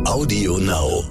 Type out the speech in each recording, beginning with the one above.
Audio Now.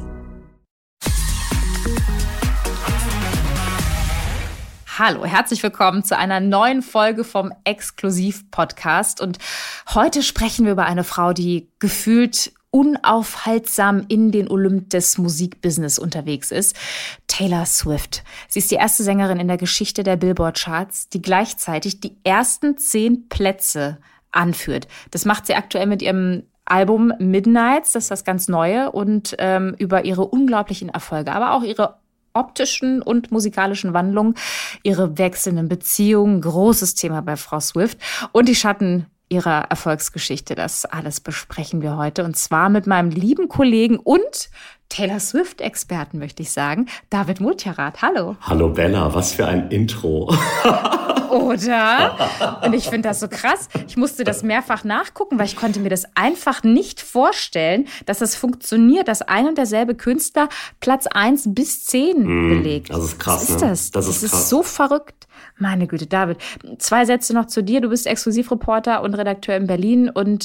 Hallo, herzlich willkommen zu einer neuen Folge vom Exklusiv-Podcast. Und heute sprechen wir über eine Frau, die gefühlt unaufhaltsam in den Olymp des Musikbusiness unterwegs ist. Taylor Swift. Sie ist die erste Sängerin in der Geschichte der Billboard-Charts, die gleichzeitig die ersten 10 Plätze anführt. Das macht sie aktuell mit ihrem Album Midnights, das ist das ganz Neue, und über ihre unglaublichen Erfolge, aber auch ihre optischen und musikalischen Wandlungen, ihre wechselnden Beziehungen, großes Thema bei Frau Swift, und die Schatten ihrer Erfolgsgeschichte. Das alles besprechen wir heute, und zwar mit meinem lieben Kollegen und Taylor Swift-Experten, möchte ich sagen, David Mutjarath. Hallo. Hallo Bella, was für ein Intro. Oder? Und ich finde das so krass. Ich musste das mehrfach nachgucken, weil ich konnte mir das einfach nicht vorstellen, dass das funktioniert, dass ein und derselbe Künstler Platz 1 bis 10 belegt. Das ist krass, Was ist ne? das? Das ist krass. Ist so verrückt. Meine Güte, David. 2 Sätze noch zu dir. Du bist Exklusivreporter und Redakteur in Berlin, und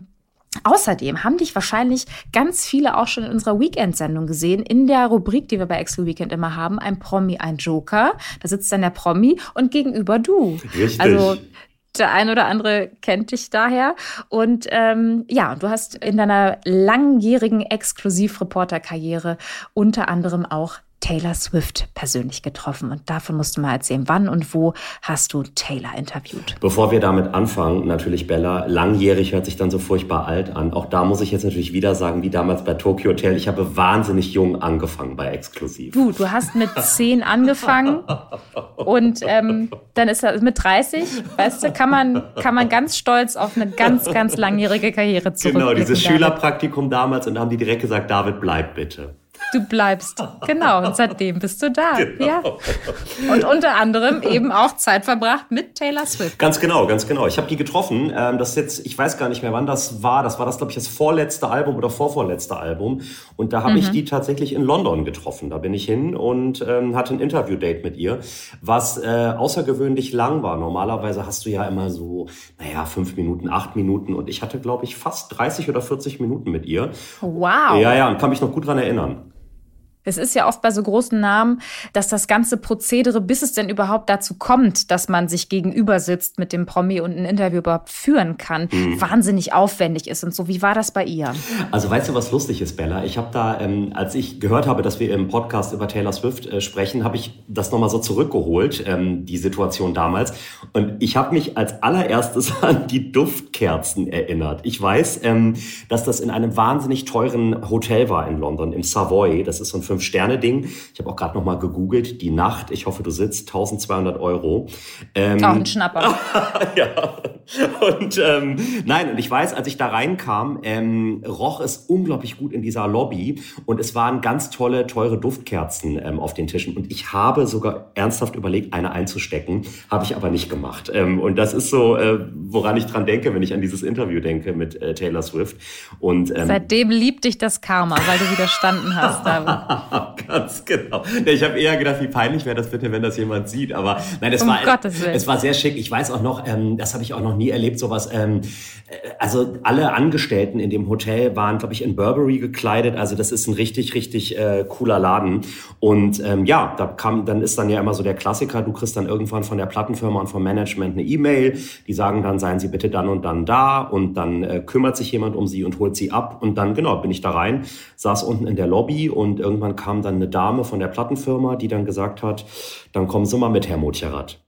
außerdem haben dich wahrscheinlich ganz viele auch schon in unserer Weekend-Sendung gesehen, in der Rubrik, die wir bei Exklu Weekend immer haben, ein Promi, ein Joker. Da sitzt dann der Promi und gegenüber du. Richtig. Also der ein oder andere kennt dich daher. Und du hast in deiner langjährigen Exklusivreporterkarriere unter anderem auch Taylor Swift persönlich getroffen. Und davon musst du mal erzählen, wann und wo hast du Taylor interviewt? Bevor wir damit anfangen, natürlich Bella, langjährig hört sich dann so furchtbar alt an. Auch da muss ich jetzt natürlich wieder sagen, wie damals bei Tokyo Hotel, ich habe wahnsinnig jung angefangen bei Exklusiv. Du hast mit 10 angefangen und dann ist er mit 30, weißt du, kann man ganz stolz auf eine ganz, ganz langjährige Karriere zurückblicken. Genau, dieses Schülerpraktikum damals, und da haben die direkt gesagt, David, bleib bitte. Du bleibst. Genau. Und seitdem bist du da. Genau. Ja. Und unter anderem eben auch Zeit verbracht mit Taylor Swift. Ganz genau. Ich habe die getroffen. Das ist jetzt, ich weiß gar nicht mehr, wann das war. Das war das, glaube ich, das vorletzte Album oder vorvorletzte Album. Und da habe ich die tatsächlich in London getroffen. Da bin ich hin und hatte ein Interview-Date mit ihr, was außergewöhnlich lang war. Normalerweise hast du ja immer so, 5 Minuten, 8 Minuten. Und ich hatte, glaube ich, fast 30 oder 40 Minuten mit ihr. Wow. Ja, und kann mich noch gut dran erinnern. Es ist ja oft bei so großen Namen, dass das ganze Prozedere, bis es denn überhaupt dazu kommt, dass man sich gegenüber sitzt mit dem Promi und ein Interview überhaupt führen kann, wahnsinnig aufwendig ist und so. Wie war das bei ihr? Also weißt du, was lustig ist, Bella? Ich habe da, als ich gehört habe, dass wir im Podcast über Taylor Swift sprechen, habe ich das nochmal so zurückgeholt, die Situation damals. Und ich habe mich als allererstes an die Duftkerzen erinnert. Ich weiß, dass das in einem wahnsinnig teuren Hotel war in London, im Savoy. Das ist so ein 5-Sterne-Ding. Ich habe auch gerade noch mal gegoogelt. Die Nacht, ich hoffe, du sitzt, 1.200 €. Auch ein Schnapper. Ja. Und und ich weiß, als ich da reinkam, roch es unglaublich gut in dieser Lobby, und es waren ganz tolle, teure Duftkerzen auf den Tischen. Und ich habe sogar ernsthaft überlegt, eine einzustecken, habe ich aber nicht gemacht. Und das ist so, woran ich dran denke, wenn ich an dieses Interview denke mit Taylor Swift. Und seitdem liebt dich das Karma, weil du widerstanden hast, David. Ganz genau. Ich habe eher gedacht, wie peinlich wäre das bitte, wenn das jemand sieht. Aber nein, es war sehr schick. Ich weiß auch noch, das habe ich auch noch nie erlebt, sowas. Also alle Angestellten in dem Hotel waren, glaube ich, in Burberry gekleidet. Also das ist ein richtig, richtig cooler Laden. Und dann ist dann ja immer so der Klassiker. Du kriegst dann irgendwann von der Plattenfirma und vom Management eine E-Mail. Die sagen dann, seien Sie bitte dann und dann da. Und dann kümmert sich jemand um sie und holt sie ab. Und dann, bin ich da rein, saß unten in der Lobby, und irgendwann kam dann eine Dame von der Plattenfirma, die dann gesagt hat, dann kommen Sie mal mit, Herr Mutjarath.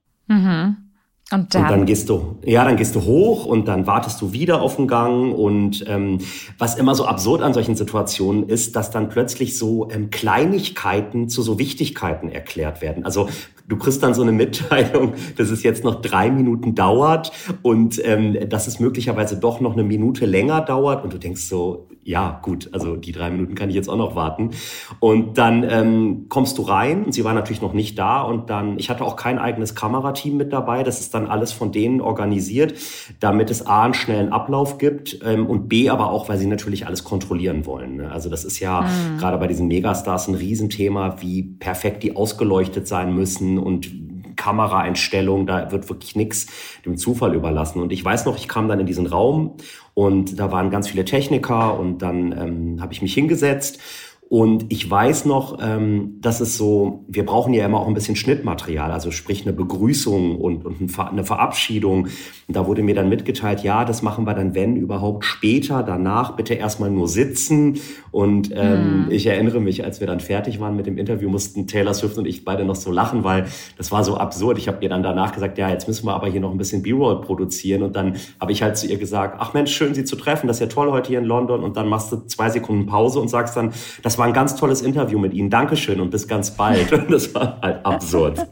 Und dann gehst du hoch, und dann wartest du wieder auf den Gang. Und was immer so absurd an solchen Situationen ist, dass dann plötzlich so Kleinigkeiten zu so Wichtigkeiten erklärt werden. Also du kriegst dann so eine Mitteilung, dass es jetzt noch 3 Minuten dauert und dass es möglicherweise doch noch eine Minute länger dauert. Und du denkst so, ja gut, also die 3 Minuten kann ich jetzt auch noch warten. Und dann kommst du rein, und sie war natürlich noch nicht da. Und dann, ich hatte auch kein eigenes Kamerateam mit dabei. Das ist dann alles von denen organisiert, damit es A, einen schnellen Ablauf gibt, und B, aber auch, weil sie natürlich alles kontrollieren wollen. Ne? Also das ist ja gerade bei diesen Megastars ein Riesenthema, wie perfekt die ausgeleuchtet sein müssen und Kameraeinstellungen, da wird wirklich nichts dem Zufall überlassen. Und ich weiß noch, ich kam dann in diesen Raum und da waren ganz viele Techniker und dann habe ich mich hingesetzt. Und ich weiß noch, dass es so, wir brauchen ja immer auch ein bisschen Schnittmaterial, also sprich eine Begrüßung und eine Verabschiedung. Und da wurde mir dann mitgeteilt, ja, das machen wir dann, wenn überhaupt, später, danach bitte erstmal nur sitzen. Und ich erinnere mich, als wir dann fertig waren mit dem Interview, mussten Taylor Swift und ich beide noch so lachen, weil das war so absurd. Ich habe ihr dann danach gesagt, ja, jetzt müssen wir aber hier noch ein bisschen B-Roll produzieren. Und dann habe ich halt zu ihr gesagt, ach Mensch, schön Sie zu treffen, das ist ja toll heute hier in London. Und dann machst du 2 Sekunden Pause und sagst dann, das war ein ganz tolles Interview mit Ihnen. Dankeschön und bis ganz bald. Und das war halt absurd.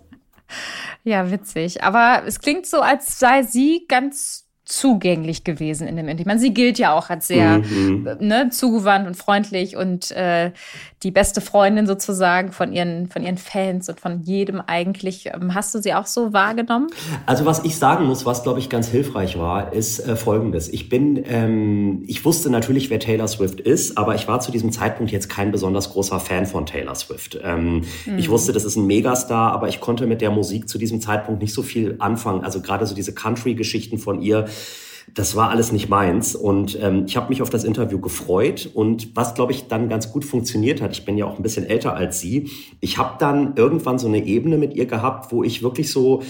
Ja, witzig. Aber es klingt so, als sei sie ganz zugänglich gewesen in dem Interview. Ich meine, sie gilt ja auch als sehr zugewandt und freundlich und die beste Freundin sozusagen von ihren Fans und von jedem eigentlich. Hast du sie auch so wahrgenommen? Also was ich sagen muss, was glaube ich ganz hilfreich war, ist Folgendes. Ich wusste natürlich, wer Taylor Swift ist, aber ich war zu diesem Zeitpunkt jetzt kein besonders großer Fan von Taylor Swift. Ich wusste, das ist ein Megastar, aber ich konnte mit der Musik zu diesem Zeitpunkt nicht so viel anfangen. Also gerade so diese Country-Geschichten von ihr, das war alles nicht meins und ich habe mich auf das Interview gefreut und was, glaube ich, dann ganz gut funktioniert hat, ich bin ja auch ein bisschen älter als sie, ich habe dann irgendwann so eine Ebene mit ihr gehabt, wo ich wirklich so,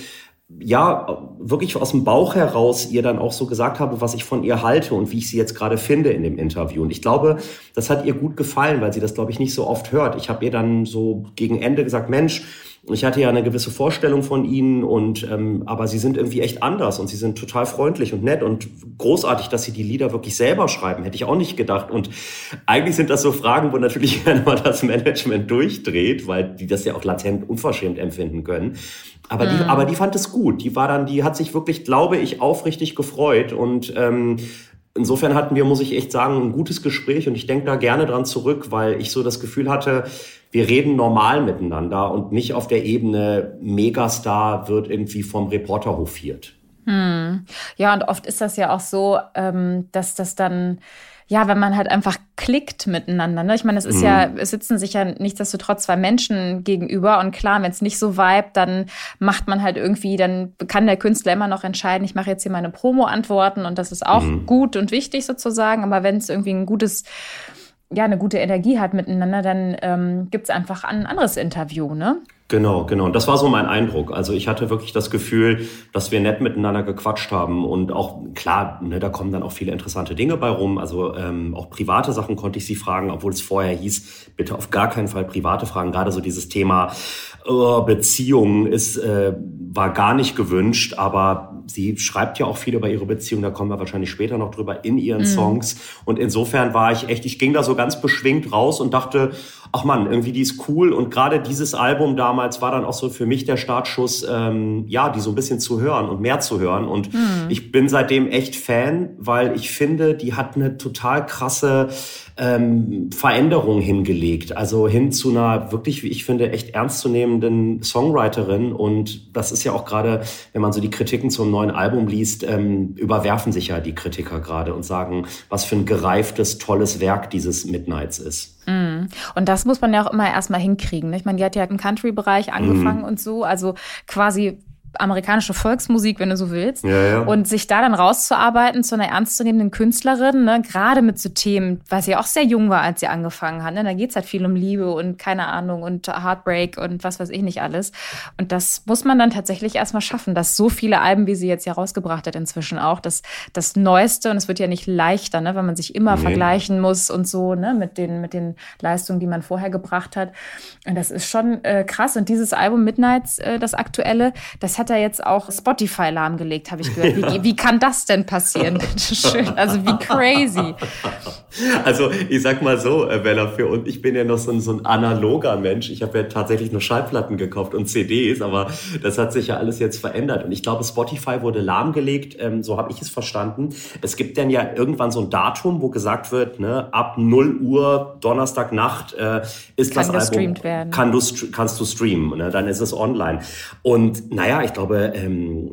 ja, wirklich aus dem Bauch heraus ihr dann auch so gesagt habe, was ich von ihr halte und wie ich sie jetzt gerade finde in dem Interview. Und ich glaube, das hat ihr gut gefallen, weil sie das, glaube ich, nicht so oft hört. Ich habe ihr dann so gegen Ende gesagt, Mensch, ich hatte ja eine gewisse Vorstellung von ihnen aber sie sind irgendwie echt anders und sie sind total freundlich und nett und großartig, dass sie die Lieder wirklich selber schreiben, hätte ich auch nicht gedacht. Und eigentlich sind das so Fragen, wo natürlich gerne mal das Management durchdreht, weil die das ja auch latent unverschämt empfinden können. Aber die fand es gut. Die hat sich wirklich, glaube ich, aufrichtig gefreut und insofern hatten wir, muss ich echt sagen, ein gutes Gespräch und ich denke da gerne dran zurück, weil ich so das Gefühl hatte, wir reden normal miteinander und nicht auf der Ebene Megastar wird irgendwie vom Reporter hofiert. Ja, und oft ist das ja auch so, dass das dann, ja, wenn man halt einfach klickt miteinander, ne? Ich meine, es sitzen sich ja nichtsdestotrotz 2 Menschen gegenüber und klar, wenn es nicht so vibet, dann macht man halt irgendwie, dann kann der Künstler immer noch entscheiden, ich mache jetzt hier meine Promo-Antworten und das ist auch gut und wichtig sozusagen, aber wenn es irgendwie eine gute Energie hat miteinander, dann gibt's einfach ein anderes Interview, ne? Genau. Und das war so mein Eindruck. Also ich hatte wirklich das Gefühl, dass wir nett miteinander gequatscht haben und auch, klar, ne, da kommen dann auch viele interessante Dinge bei rum. Also auch private Sachen konnte ich sie fragen, obwohl es vorher hieß, bitte auf gar keinen Fall private Fragen. Gerade so dieses Thema Beziehung war gar nicht gewünscht, aber sie schreibt ja auch viel über ihre Beziehung, da kommen wir wahrscheinlich später noch drüber in ihren Songs. Und insofern ich ging da so ganz beschwingt raus und dachte, ach Mann, irgendwie die ist cool. Und gerade dieses Album damals war dann auch so für mich der Startschuss, die so ein bisschen zu hören und mehr zu hören. Und ich bin seitdem echt Fan, weil ich finde, die hat eine total krasse Veränderung hingelegt. Also hin zu einer wirklich, wie ich finde, echt ernstzunehmenden Songwriterin. Und das ist ja auch gerade, wenn man so die Kritiken zum neuen Album liest, überwerfen sich ja die Kritiker gerade und sagen, was für ein gereiftes, tolles Werk dieses Midnights ist. Und das muss man ja auch immer erstmal hinkriegen. Ne? Ich meine, die hat ja im Country-Bereich angefangen und so, also quasi amerikanische Volksmusik, wenn du so willst. Ja. Und sich da dann rauszuarbeiten zu einer ernstzunehmenden Künstlerin, ne, gerade mit so Themen, weil sie auch sehr jung war, als sie angefangen hat. Ne? Da geht's halt viel um Liebe und keine Ahnung und Heartbreak und was weiß ich nicht alles. Und das muss man dann tatsächlich erstmal schaffen, dass so viele Alben, wie sie jetzt ja rausgebracht hat inzwischen auch, das Neueste, und es wird ja nicht leichter, ne, weil man sich immer vergleichen muss und so, ne, mit den Leistungen, die man vorher gebracht hat. Und das ist schon krass. Und dieses Album Midnights, das aktuelle, das hat er jetzt auch Spotify lahmgelegt, habe ich gehört. Ja. Wie kann das denn passieren? Bitte schön. Also wie crazy. Also ich sag mal so, Bella, ich bin ja noch so ein analoger Mensch. Ich habe ja tatsächlich nur Schallplatten gekauft und CDs, aber das hat sich ja alles jetzt verändert. Und ich glaube, Spotify wurde lahmgelegt, so habe ich es verstanden. Es gibt dann ja irgendwann so ein Datum, wo gesagt wird, ne, ab 0 Uhr Donnerstagnacht ist das Album, kannst du streamen, ne, dann ist es online. Und naja, ich glaube,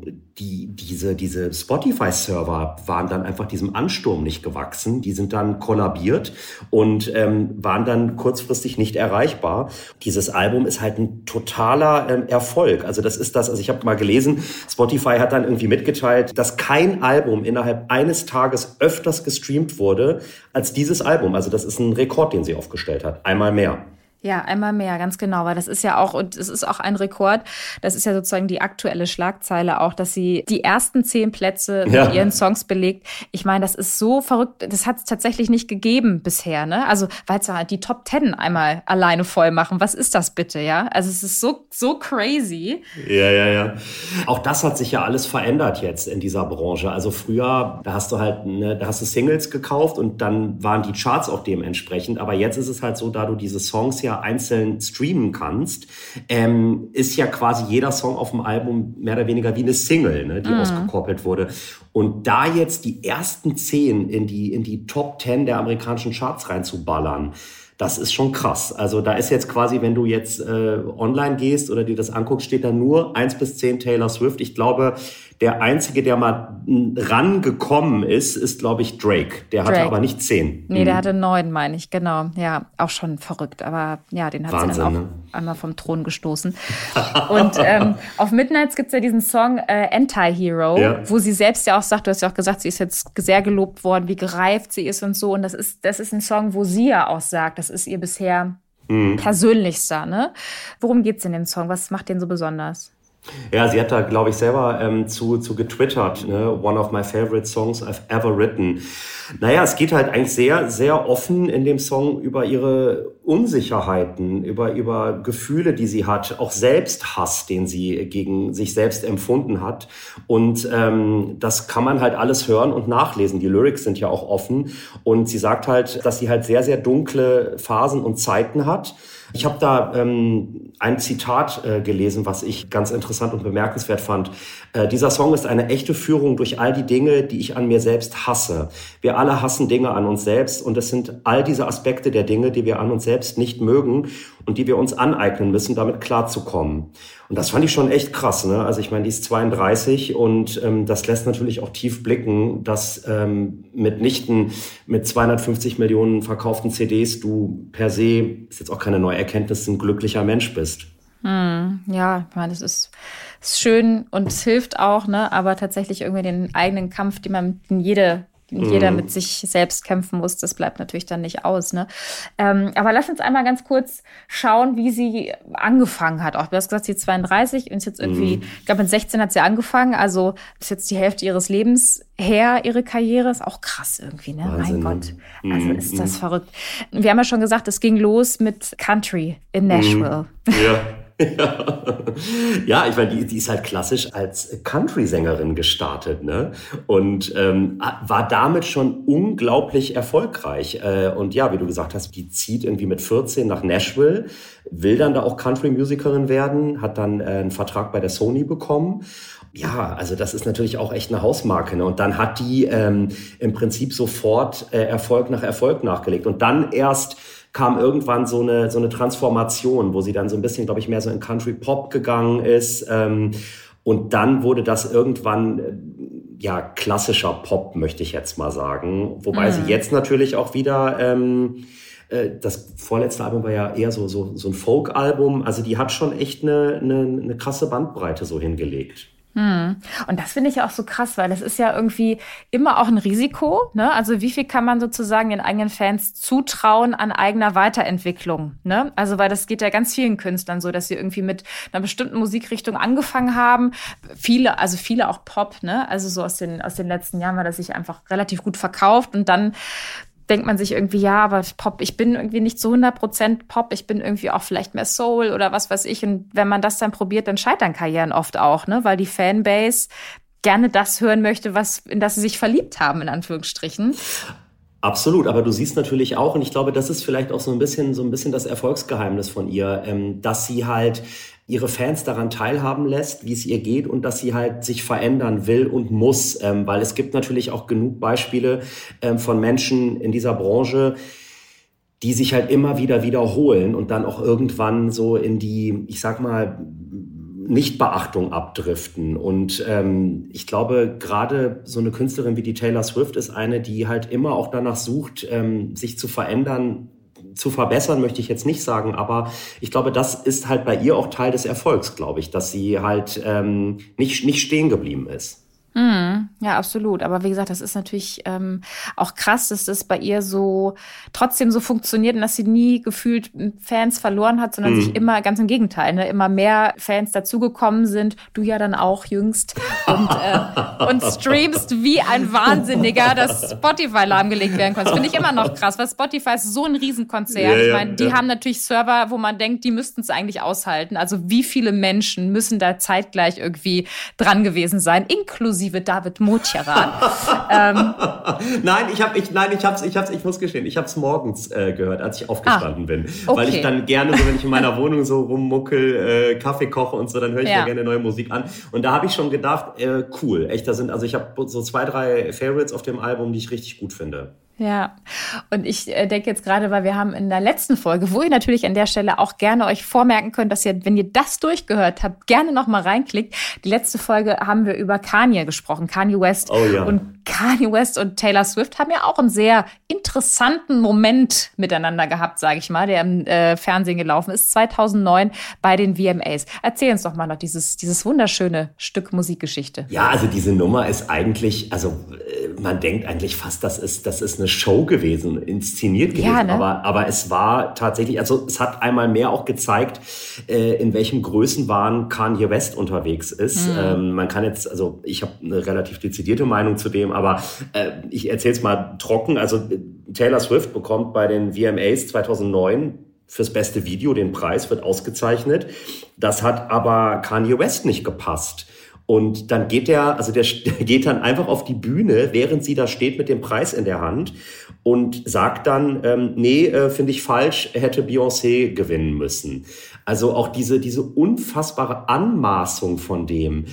diese Spotify-Server waren dann einfach diesem Ansturm nicht gewachsen. Die sind dann kollabiert und waren dann kurzfristig nicht erreichbar. Dieses Album ist halt ein totaler Erfolg. Also ich habe mal gelesen, Spotify hat dann irgendwie mitgeteilt, dass kein Album innerhalb eines Tages öfters gestreamt wurde als dieses Album. Also das ist ein Rekord, den sie aufgestellt hat. Einmal mehr. Ja, einmal mehr, ganz genau, weil das ist ja auch, und es ist auch ein Rekord, das ist ja sozusagen die aktuelle Schlagzeile auch, dass sie die ersten 10 Plätze mit ihren Songs belegt. Ich meine, das ist so verrückt, das hat es tatsächlich nicht gegeben bisher, ne? Also, weil es halt die Top 10 einmal alleine voll machen, was ist das bitte, ja? Also es ist so crazy. Ja. Auch das hat sich ja alles verändert jetzt in dieser Branche. Also früher, da hast du Singles gekauft und dann waren die Charts auch dementsprechend, aber jetzt ist es halt so, da du diese Songs ja einzeln streamen kannst, ist ja quasi jeder Song auf dem Album mehr oder weniger wie eine Single, ne, die ausgekoppelt wurde. Und da jetzt die ersten 10 in die Top 10 der amerikanischen Charts reinzuballern, das ist schon krass. Also da ist jetzt quasi, wenn du jetzt online gehst oder dir das anguckst, steht da nur 1 bis 10 Taylor Swift. Ich glaube, der Einzige, der mal rangekommen ist, glaube ich, Drake. Der hatte aber nicht 10. Nee, der hatte 9, meine ich, genau. Ja, auch schon verrückt. Aber ja, den hat Wahnsinn, sie dann auch einmal vom Thron gestoßen. Und auf Midnights gibt's ja diesen Song Anti-Hero, wo sie selbst ja auch sagt, du hast ja auch gesagt, sie ist jetzt sehr gelobt worden, wie gereift sie ist und so. Und das ist ein Song, wo sie ja auch sagt, das ist ihr bisher persönlichster. Ne? Worum geht's in dem Song? Was macht den so besonders? Ja, sie hat da, glaube ich, selber zu getwittert, ne? One of my favorite songs I've ever written. Naja, es geht halt eigentlich sehr, sehr offen in dem Song über ihre Unsicherheiten, über Gefühle, die sie hat, auch Selbsthass, den sie gegen sich selbst empfunden hat. Und das kann man halt alles hören und nachlesen. Die Lyrics sind ja auch offen. Und sie sagt halt, dass sie halt sehr, sehr dunkle Phasen und Zeiten hat. Ich habe da ein Zitat gelesen, was ich ganz interessant und bemerkenswert fand. Dieser Song ist eine echte Führung durch all die Dinge, die ich an mir selbst hasse. Wir alle hassen Dinge an uns selbst und es sind all diese Aspekte der Dinge, die wir an uns selbst nicht mögen und die wir uns aneignen müssen, damit klarzukommen. Und das fand ich schon echt krass, ne? Also ich meine, die ist 32 und das lässt natürlich auch tief blicken, dass mitnichten mit 250 Millionen verkauften CDs du per se, ist jetzt auch keine neue Erkenntnis, ein glücklicher Mensch bist. Ja, ich meine, das ist schön und es hilft auch, ne? Aber tatsächlich irgendwie den eigenen Kampf, den jeder mit sich selbst kämpfen muss, das bleibt natürlich dann nicht aus, ne? Aber lass uns einmal ganz kurz schauen, wie sie angefangen hat. Auch du hast gesagt, sie ist 32 und ist jetzt irgendwie, ich glaube mit 16 hat sie angefangen, also ist jetzt die Hälfte ihres Lebens her, ihre Karriere. Ist auch krass irgendwie, ne? Wahnsinn, mein Gott, also ist das verrückt. Wir haben ja schon gesagt, es ging los mit Country in Nashville. Ja. Ja, ich meine, die ist halt klassisch als Country-Sängerin gestartet, ne? Und war damit schon unglaublich erfolgreich. Und ja, wie du gesagt hast, die zieht irgendwie mit 14 nach Nashville, will dann da auch Country-Musikerin werden, hat dann einen Vertrag bei der Sony bekommen. Ja, also das ist natürlich auch echt eine Hausmarke, ne? Und dann hat die im Prinzip sofort Erfolg nach Erfolg nachgelegt. Und dann erst kam irgendwann so eine Transformation, wo sie dann so ein bisschen, glaube ich, mehr so in Country Pop gegangen ist. Und dann wurde das irgendwann, klassischer Pop, möchte ich jetzt mal sagen. Wobei sie jetzt natürlich auch wieder, das vorletzte Album war ja eher so ein Folk-Album. Also die hat schon echt eine krasse Bandbreite so hingelegt. Und das finde ich ja auch so krass, weil das ist ja irgendwie immer auch ein Risiko, ne? Also wie viel kann man sozusagen den eigenen Fans zutrauen an eigener Weiterentwicklung, ne? Also weil das geht ja ganz vielen Künstlern so, dass sie irgendwie mit einer bestimmten Musikrichtung angefangen haben. Viele auch Pop, ne? Also so aus den letzten Jahren, weil das sich einfach relativ gut verkauft und dann denkt man sich irgendwie, ja, aber Pop, ich bin irgendwie nicht zu 100% Pop, ich bin irgendwie auch vielleicht mehr Soul oder was weiß ich. Und wenn man das dann probiert, dann scheitern Karrieren oft auch, ne? Weil die Fanbase gerne das hören möchte, in das sie sich verliebt haben, in Anführungsstrichen. Absolut, aber du siehst natürlich auch, und ich glaube, das ist vielleicht auch so ein bisschen das Erfolgsgeheimnis von ihr, dass sie halt ihre Fans daran teilhaben lässt, wie es ihr geht und dass sie halt sich verändern will und muss, weil es gibt natürlich auch genug Beispiele von Menschen in dieser Branche, die sich halt immer wieder wiederholen und dann auch irgendwann so in die, ich sag mal, Nichtbeachtung abdriften. Und ich glaube, gerade so eine Künstlerin wie die Taylor Swift ist eine, die halt immer auch danach sucht, sich zu verändern, zu verbessern, möchte ich jetzt nicht sagen, aber ich glaube, das ist halt bei ihr auch Teil des Erfolgs, glaube ich, dass sie halt nicht stehen geblieben ist. Ja, absolut. Aber wie gesagt, das ist natürlich auch krass, dass das bei ihr so trotzdem so funktioniert und dass sie nie gefühlt Fans verloren hat, sondern sich immer, ganz im Gegenteil, ne, immer mehr Fans dazugekommen sind. Du ja dann auch jüngst und streamst wie ein Wahnsinniger, dass Spotify lahmgelegt werden konnte. Das finde ich immer noch krass, weil Spotify ist so ein Riesenkonzern. Ja, ich meine, die haben natürlich Server, wo man denkt, die müssten es eigentlich aushalten. Also wie viele Menschen müssen da zeitgleich irgendwie dran gewesen sein, inklusive David Motjaran. Ich muss gestehen, ich habe es morgens gehört, als ich aufgestanden bin. Okay. Weil ich dann gerne, so wenn ich in meiner Wohnung so rummuckel, Kaffee koche und so, dann höre ich mir gerne neue Musik an. Und da habe ich schon gedacht, cool, echt, ich habe so 2, 3 Favorites auf dem Album, die ich richtig gut finde. Ja, und ich denke jetzt gerade, weil wir haben in der letzten Folge, wo ihr natürlich an der Stelle auch gerne euch vormerken könnt, dass ihr, wenn ihr das durchgehört habt, gerne noch mal reinklickt. Die letzte Folge haben wir über Kanye gesprochen, Kanye West. Oh ja. Und Kanye West und Taylor Swift haben ja auch einen sehr interessanten Moment miteinander gehabt, sage ich mal, der im Fernsehen gelaufen ist, 2009 bei den VMAs. Erzähl uns doch mal noch dieses wunderschöne Stück Musikgeschichte. Ja, also diese Nummer ist eigentlich, also man denkt eigentlich fast, das ist eine Show gewesen, inszeniert gewesen. Ja, ne? Aber es war tatsächlich, also es hat einmal mehr auch gezeigt, in welchem Größenwahn Kanye West unterwegs ist. Man kann jetzt, also ich habe eine relativ dezidierte Meinung zu dem, aber ich erzähle es mal trocken. Also Taylor Swift bekommt bei den VMAs 2009 fürs beste Video den Preis, wird ausgezeichnet. Das hat aber Kanye West nicht gepasst. Und dann geht der geht dann einfach auf die Bühne, während sie da steht mit dem Preis in der Hand und sagt dann, finde ich falsch, hätte Beyoncé gewinnen müssen. Also auch diese unfassbare Anmaßung von dem,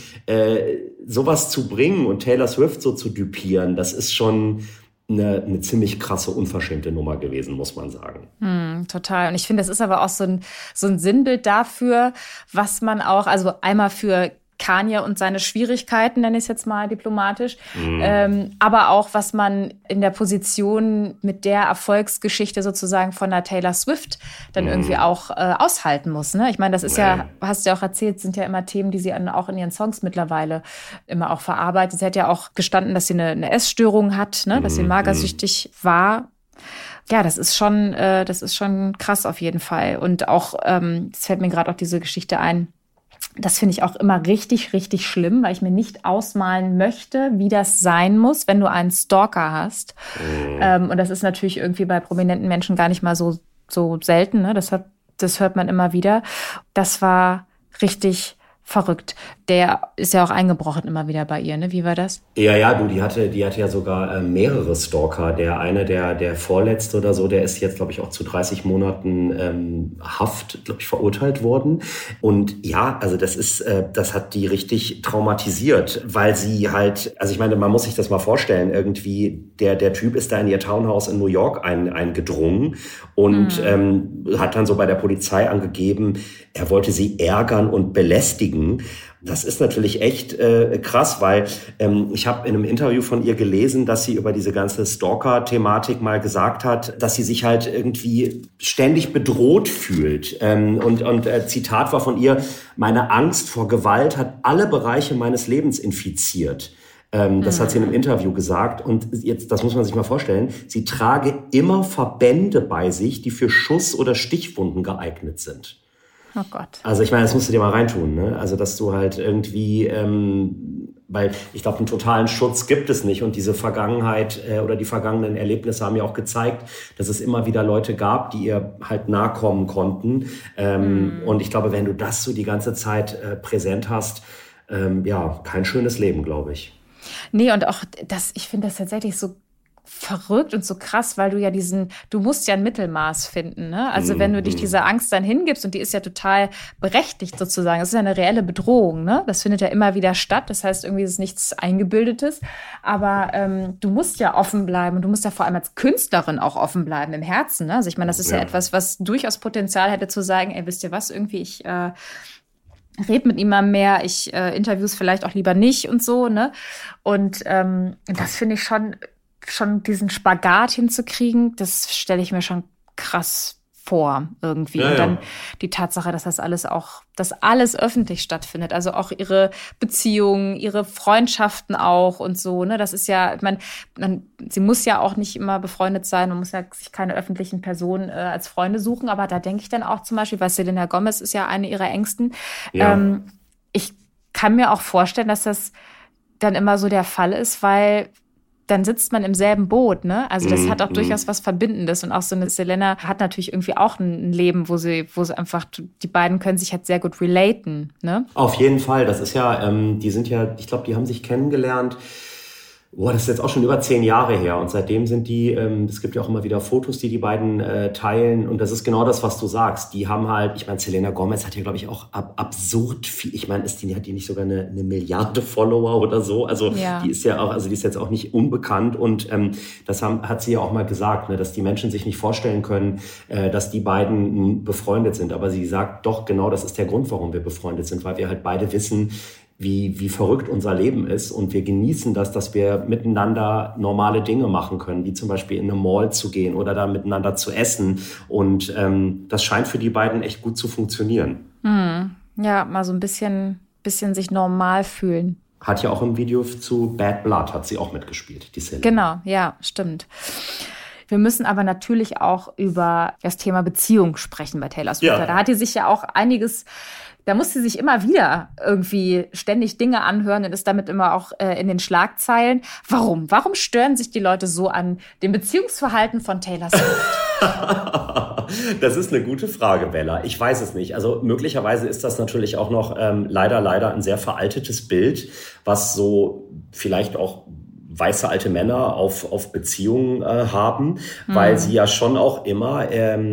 sowas zu bringen und Taylor Swift so zu düpieren, das ist schon eine ziemlich krasse, unverschämte Nummer gewesen, muss man sagen. Total. Und ich finde, das ist aber auch so ein Sinnbild dafür, was man auch, also einmal für Kanye und seine Schwierigkeiten, nenne ich es jetzt mal diplomatisch, aber auch, was man in der Position mit der Erfolgsgeschichte sozusagen von der Taylor Swift dann irgendwie auch aushalten muss. Ne? Ich meine, das ist ja, hast du ja auch erzählt, sind ja immer Themen, die sie auch in ihren Songs mittlerweile immer auch verarbeitet. Sie hat ja auch gestanden, dass sie eine Essstörung hat, ne? Dass sie magersüchtig war. Ja, das ist schon krass auf jeden Fall. Und auch, es fällt mir gerade auch diese Geschichte ein, das finde ich auch immer richtig, richtig schlimm, weil ich mir nicht ausmalen möchte, wie das sein muss, wenn du einen Stalker hast. Und das ist natürlich irgendwie bei prominenten Menschen gar nicht mal so selten. Ne? Das hört man immer wieder. Das war richtig verrückt. Der ist ja auch eingebrochen immer wieder bei ihr, ne? Wie war das? Ja, die hatte ja sogar mehrere Stalker. Der vorletzte oder so, der ist jetzt, glaube ich, auch zu 30 Monaten Haft, glaube ich, verurteilt worden. Und ja, also das hat die richtig traumatisiert, weil sie halt, also ich meine, man muss sich das mal vorstellen, irgendwie der Typ ist da in ihr Townhouse in New York eingedrungen und hat dann so bei der Polizei angegeben, er wollte sie ärgern und belästigen. Das ist natürlich echt krass, weil ich habe in einem Interview von ihr gelesen, dass sie über diese ganze Stalker-Thematik mal gesagt hat, dass sie sich halt irgendwie ständig bedroht fühlt. Und Zitat war von ihr, meine Angst vor Gewalt hat alle Bereiche meines Lebens infiziert. Das hat sie in einem Interview gesagt. Und jetzt, das muss man sich mal vorstellen, sie trage immer Verbände bei sich, die für Schuss- oder Stichwunden geeignet sind. Oh Gott. Also ich meine, das musst du dir mal reintun, ne? Also dass du halt irgendwie, weil ich glaube, einen totalen Schutz gibt es nicht. Und diese Vergangenheit oder die vergangenen Erlebnisse haben ja auch gezeigt, dass es immer wieder Leute gab, die ihr halt nahe kommen konnten. Und ich glaube, wenn du das so die ganze Zeit präsent hast, kein schönes Leben, glaube ich. Nee, und auch ich finde das tatsächlich so verrückt und so krass, weil du musst ja ein Mittelmaß finden, ne? Also wenn du dich dieser Angst dann hingibst, und die ist ja total berechtigt sozusagen, das ist ja eine reelle Bedrohung, ne? Das findet ja immer wieder statt, das heißt irgendwie ist es nichts Eingebildetes, aber du musst ja offen bleiben und du musst ja vor allem als Künstlerin auch offen bleiben im Herzen, ne? Also ich meine, das ist ja etwas, was durchaus Potenzial hätte zu sagen, ey, wisst ihr was, irgendwie red mit ihm mal mehr, ich interviews vielleicht auch lieber nicht und so, ne? Und das finde ich schon diesen Spagat hinzukriegen, das stelle ich mir schon krass vor irgendwie. Ja, und dann ja. die Tatsache, dass dass alles öffentlich stattfindet. Also auch ihre Beziehungen, ihre Freundschaften auch und so, ne? Das ist ja, ich meine, sie muss ja auch nicht immer befreundet sein, man muss ja sich keine öffentlichen Personen als Freunde suchen, aber da denke ich dann auch zum Beispiel, weil Selena Gomez ist ja eine ihrer Engsten. Ja. Ich kann mir auch vorstellen, dass das dann immer so der Fall ist, weil dann sitzt man im selben Boot, ne? Also das hat auch durchaus was Verbindendes. Und auch so eine Selena hat natürlich irgendwie auch ein Leben, wo sie einfach, die beiden können sich halt sehr gut relaten, ne? Auf jeden Fall. Das ist ja, die sind ja, ich glaube, die haben sich kennengelernt. Das ist jetzt auch schon über 10 Jahre her. Und seitdem sind die, es gibt ja auch immer wieder Fotos, die beiden teilen. Und das ist genau das, was du sagst. Die haben halt, ich meine, Selena Gomez hat ja, glaube ich, auch absurd viel. Ich meine, hat die nicht sogar eine Milliarde Follower oder so? Also ja. Die ist ja auch, also die ist jetzt auch nicht unbekannt. Und das hat sie ja auch mal gesagt, ne, dass die Menschen sich nicht vorstellen können, dass die beiden befreundet sind. Aber sie sagt doch, genau, das ist der Grund, warum wir befreundet sind, weil wir halt beide wissen, wie verrückt unser Leben ist und wir genießen das, dass wir miteinander normale Dinge machen können, wie zum Beispiel in eine Mall zu gehen oder da miteinander zu essen und das scheint für die beiden echt gut zu funktionieren. Ja, mal so ein bisschen sich normal fühlen. Hat ja auch im Video zu Bad Blood, hat sie auch mitgespielt, die Selena. Genau, ja, stimmt. Wir müssen aber natürlich auch über das Thema Beziehung sprechen bei Taylor Swift. Ja. Da hat die sich ja auch einiges, da muss sie sich immer wieder irgendwie ständig Dinge anhören und ist damit immer auch in den Schlagzeilen. Warum? Warum stören sich die Leute so an dem Beziehungsverhalten von Taylor Swift? Das ist eine gute Frage, Bella. Ich weiß es nicht. Also möglicherweise ist das natürlich auch noch leider ein sehr veraltetes Bild, was so vielleicht auch weiße alte Männer auf Beziehungen haben, weil sie ja schon auch immer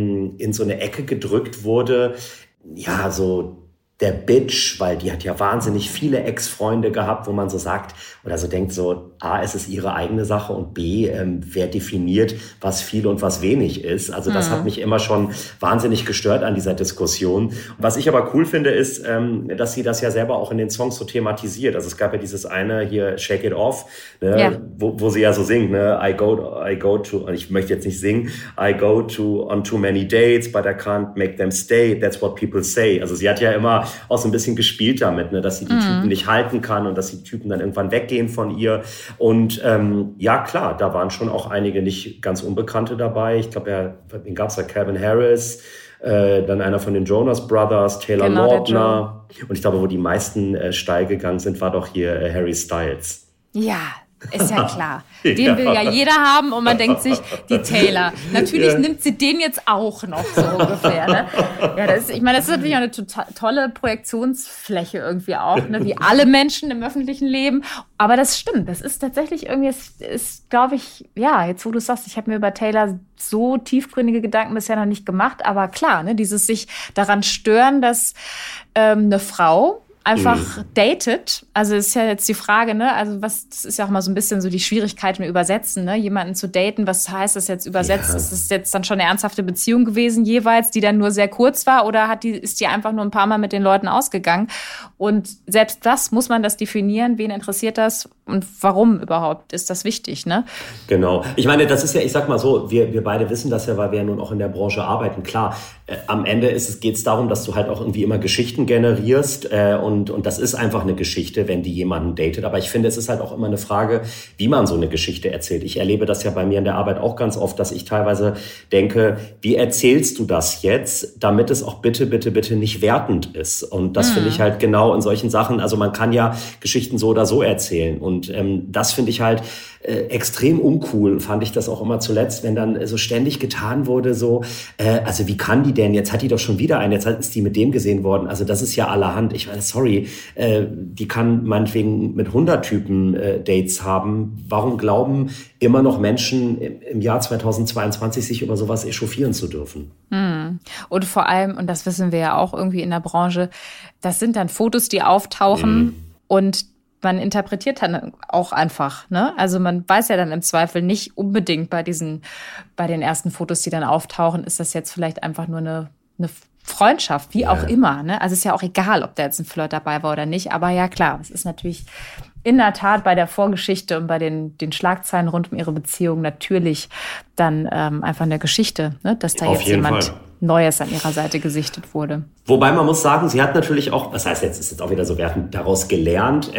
in so eine Ecke gedrückt wurde, ja, so der Bitch, weil die hat ja wahnsinnig viele Ex-Freunde gehabt, wo man so sagt oder so denkt, so A, es ist ihre eigene Sache und B, wer definiert, was viel und was wenig ist. Also das hat mich immer schon wahnsinnig gestört an dieser Diskussion. Was ich aber cool finde, ist, dass sie das ja selber auch in den Songs so thematisiert. Also es gab ja dieses eine hier, Shake It Off, ne, ja. wo sie ja so singt, ne, I go to, ich möchte jetzt nicht singen, I go on too many dates, but I can't make them stay, that's what people say. Also sie hat ja immer auch so ein bisschen gespielt damit, ne, dass sie die Typen nicht halten kann und dass die Typen dann irgendwann weggehen von ihr. Und ja, klar, da waren schon auch einige nicht ganz Unbekannte dabei. Ich glaube, wen gab's da? Calvin Harris, dann einer von den Jonas Brothers, Taylor Lautner. Und ich glaube, wo die meisten steil gegangen sind, war doch hier Harry Styles. Ja, ist ja klar. Den will ja jeder haben und man denkt sich, die Taylor. Natürlich nimmt sie den jetzt auch noch so ungefähr. Ne? Ja, ich meine, das ist natürlich auch eine total tolle Projektionsfläche irgendwie auch, ne? Wie alle Menschen im öffentlichen Leben. Aber das stimmt, das ist tatsächlich irgendwie, ist glaube ich, ja, jetzt wo du sagst, ich habe mir über Taylor so tiefgründige Gedanken bisher noch nicht gemacht, aber klar, ne, dieses sich daran stören, dass eine Frau einfach datet. Also ist ja jetzt die Frage, ne? Also das ist ja auch mal so ein bisschen so die Schwierigkeit im Übersetzen, ne? Jemanden zu daten, was heißt das jetzt übersetzt? Ja. Ist das jetzt dann schon eine ernsthafte Beziehung gewesen jeweils, die dann nur sehr kurz war, oder ist die einfach nur ein paar Mal mit den Leuten ausgegangen? Und selbst das muss man das definieren. Wen interessiert das und warum überhaupt ist das wichtig, ne? Genau. Ich meine, das ist ja, ich sag mal so, wir beide wissen das ja, weil wir ja nun auch in der Branche arbeiten. Klar, am Ende geht es darum, dass du halt auch irgendwie immer Geschichten generierst und das ist einfach eine Geschichte, wenn die jemanden datet. Aber ich finde, es ist halt auch immer eine Frage, wie man so eine Geschichte erzählt. Ich erlebe das ja bei mir in der Arbeit auch ganz oft, dass ich teilweise denke, wie erzählst du das jetzt, damit es auch bitte nicht wertend ist? Und das finde ich halt genau in solchen Sachen. Also man kann ja Geschichten so oder so erzählen. Und das finde ich halt extrem uncool, fand ich das auch immer zuletzt, wenn dann so ständig getan wurde, so, also wie kann die denn? Jetzt hat die doch schon wieder einen, jetzt ist die mit dem gesehen worden. Also das ist ja allerhand. Ich meine, sorry, die kann meinetwegen mit 100 Typen Dates haben. Warum glauben immer noch Menschen im Jahr 2022 sich über sowas echauffieren zu dürfen? Und vor allem, und das wissen wir ja auch irgendwie in der Branche, das sind dann Fotos, die auftauchen und man interpretiert dann auch einfach, ne? Also man weiß ja dann im Zweifel nicht unbedingt bei den ersten Fotos, die dann auftauchen, ist das jetzt vielleicht einfach nur eine eine Freundschaft, wie auch immer. Ne? Also ist ja auch egal, ob da jetzt ein Flirt dabei war oder nicht. Aber ja, klar, es ist natürlich in der Tat bei der Vorgeschichte und bei den Schlagzeilen rund um ihre Beziehung natürlich dann einfach eine Geschichte, ne? Dass da jetzt jemand Neues an ihrer Seite gesichtet wurde. Wobei man muss sagen, sie hat natürlich auch, was heißt jetzt, ist jetzt auch wieder so, wir hatten daraus gelernt,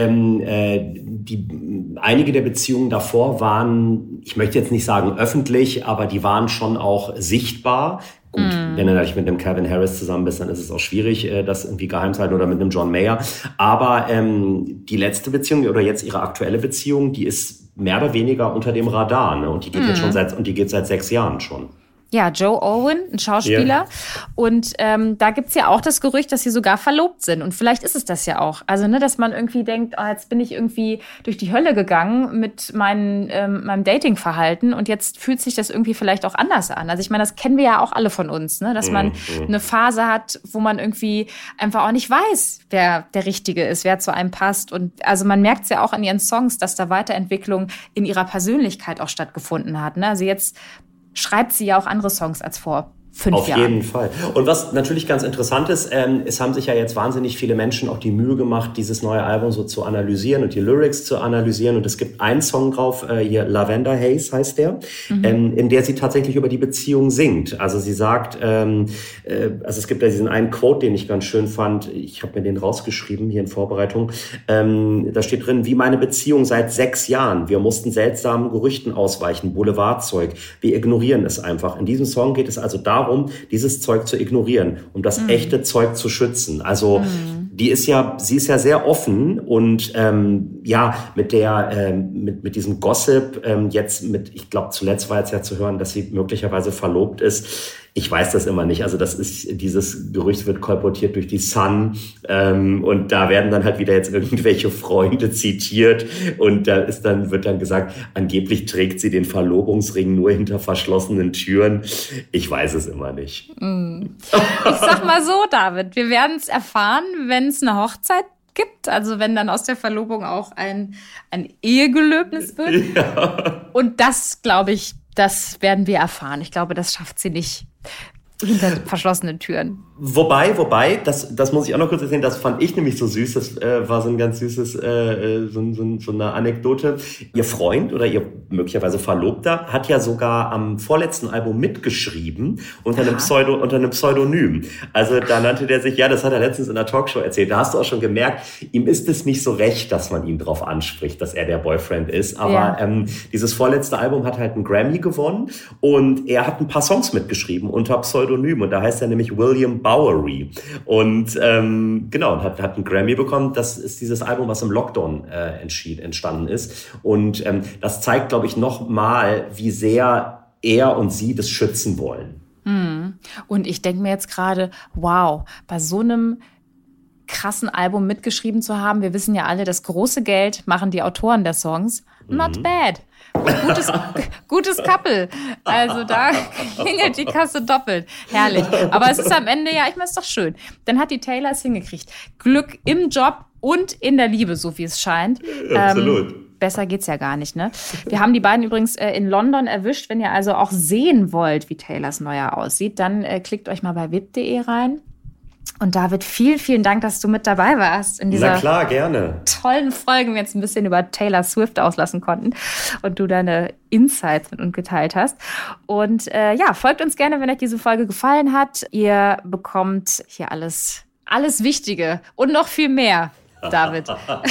einige der Beziehungen davor waren, ich möchte jetzt nicht sagen öffentlich, aber die waren schon auch sichtbar. Gut, wenn du natürlich mit einem Calvin Harris zusammen bist, dann ist es auch schwierig, das irgendwie geheim zu halten oder mit einem John Mayer. Aber die letzte Beziehung oder jetzt ihre aktuelle Beziehung, die ist mehr oder weniger unter dem Radar, ne? Und die geht jetzt schon seit 6 Jahren schon. Ja, Joe Owen, ein Schauspieler. Yeah. Und da gibt's ja auch das Gerücht, dass sie sogar verlobt sind. Und vielleicht ist es das ja auch. Also, ne, dass man irgendwie denkt, jetzt bin ich irgendwie durch die Hölle gegangen mit meinem Datingverhalten und jetzt fühlt sich das irgendwie vielleicht auch anders an. Also ich meine, das kennen wir ja auch alle von uns, ne? Dass man eine Phase hat, wo man irgendwie einfach auch nicht weiß, wer der Richtige ist, wer zu einem passt. Und also man merkt's ja auch an ihren Songs, dass da Weiterentwicklung in ihrer Persönlichkeit auch stattgefunden hat. Ne? Also jetzt schreibt sie ja auch andere Songs als vor 5 Jahren. Auf jeden Fall. Und was natürlich ganz interessant ist, es haben sich ja jetzt wahnsinnig viele Menschen auch die Mühe gemacht, dieses neue Album so zu analysieren und die Lyrics zu analysieren. Und es gibt einen Song drauf, hier Lavender Haze heißt der, in der sie tatsächlich über die Beziehung singt. Also sie sagt, also es gibt ja diesen einen Quote, den ich ganz schön fand. Ich habe mir den rausgeschrieben hier in Vorbereitung. Da steht drin, wie meine Beziehung seit 6 Jahren. Wir mussten seltsamen Gerüchten ausweichen, Boulevardzeug. Wir ignorieren es einfach. In diesem Song geht es also darum, dieses Zeug zu ignorieren, um das echte Zeug zu schützen. Also sie ist ja sehr offen und mit diesem Gossip ich glaube zuletzt war jetzt ja zu hören, dass sie möglicherweise verlobt ist. Ich weiß das immer nicht. Also dieses Gerücht wird kolportiert durch die Sun und da werden dann halt wieder jetzt irgendwelche Freunde zitiert und wird dann gesagt, angeblich trägt sie den Verlobungsring nur hinter verschlossenen Türen. Ich weiß es immer nicht. Ich sag mal so, David, wir werden es erfahren, wenn es eine Hochzeit gibt, also wenn dann aus der Verlobung auch ein Ehegelöbnis wird. Ja. Und das, glaube ich, das werden wir erfahren. Ich glaube, das schafft sie nicht hinter verschlossenen Türen. Wobei, das muss ich auch noch kurz erzählen, das fand ich nämlich so süß, das war so ein ganz süßes, so eine Anekdote. Ihr Freund oder ihr möglicherweise Verlobter hat ja sogar am vorletzten Album mitgeschrieben unter einem Pseudonym. Also da nannte der sich, das hat er letztens in einer Talkshow erzählt, da hast du auch schon gemerkt, ihm ist es nicht so recht, dass man ihn drauf anspricht, dass er der Boyfriend ist, aber dieses vorletzte Album hat halt einen Grammy gewonnen und er hat ein paar Songs mitgeschrieben unter Pseudonym und da heißt er nämlich William Bowery und hat einen Grammy bekommen. Das ist dieses Album, was im Lockdown entstanden ist und das zeigt, glaube ich, noch mal, wie sehr er und sie das schützen wollen. Und ich denke mir jetzt gerade, wow, bei so einem krassen Album mitgeschrieben zu haben, wir wissen ja alle, das große Geld machen die Autoren der Songs. Not bad. Gutes Couple. Also da klingelt die Kasse doppelt. Herrlich. Aber es ist am Ende, ich meine, es ist doch schön. Dann hat die Taylor es hingekriegt. Glück im Job und in der Liebe, so wie es scheint. Absolut. Besser geht's ja gar nicht, ne? Wir haben die beiden übrigens in London erwischt. Wenn ihr also auch sehen wollt, wie Taylors Neuer aussieht, dann klickt euch mal bei vip.de rein. Und David, vielen, vielen Dank, dass du mit dabei warst in dieser gerne. tollen Folge, wir jetzt ein bisschen über Taylor Swift auslassen konnten und du deine Insights mit uns geteilt hast. Und folgt uns gerne, wenn euch diese Folge gefallen hat. Ihr bekommt hier alles Wichtige und noch viel mehr, David.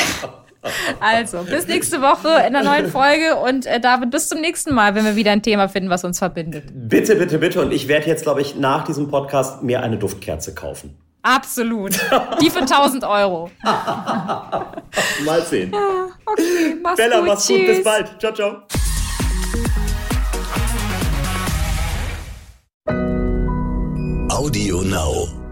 Also, bis nächste Woche in der neuen Folge und David, bis zum nächsten Mal, wenn wir wieder ein Thema finden, was uns verbindet. Bitte, bitte, bitte. Und ich werde jetzt, glaube ich, nach diesem Podcast mir eine Duftkerze kaufen. Absolut. Die für 1.000 €. Mal sehen. Ja, okay, mach's Bella, gut. Mach's gut. Bis bald. Ciao, ciao. Audio Now.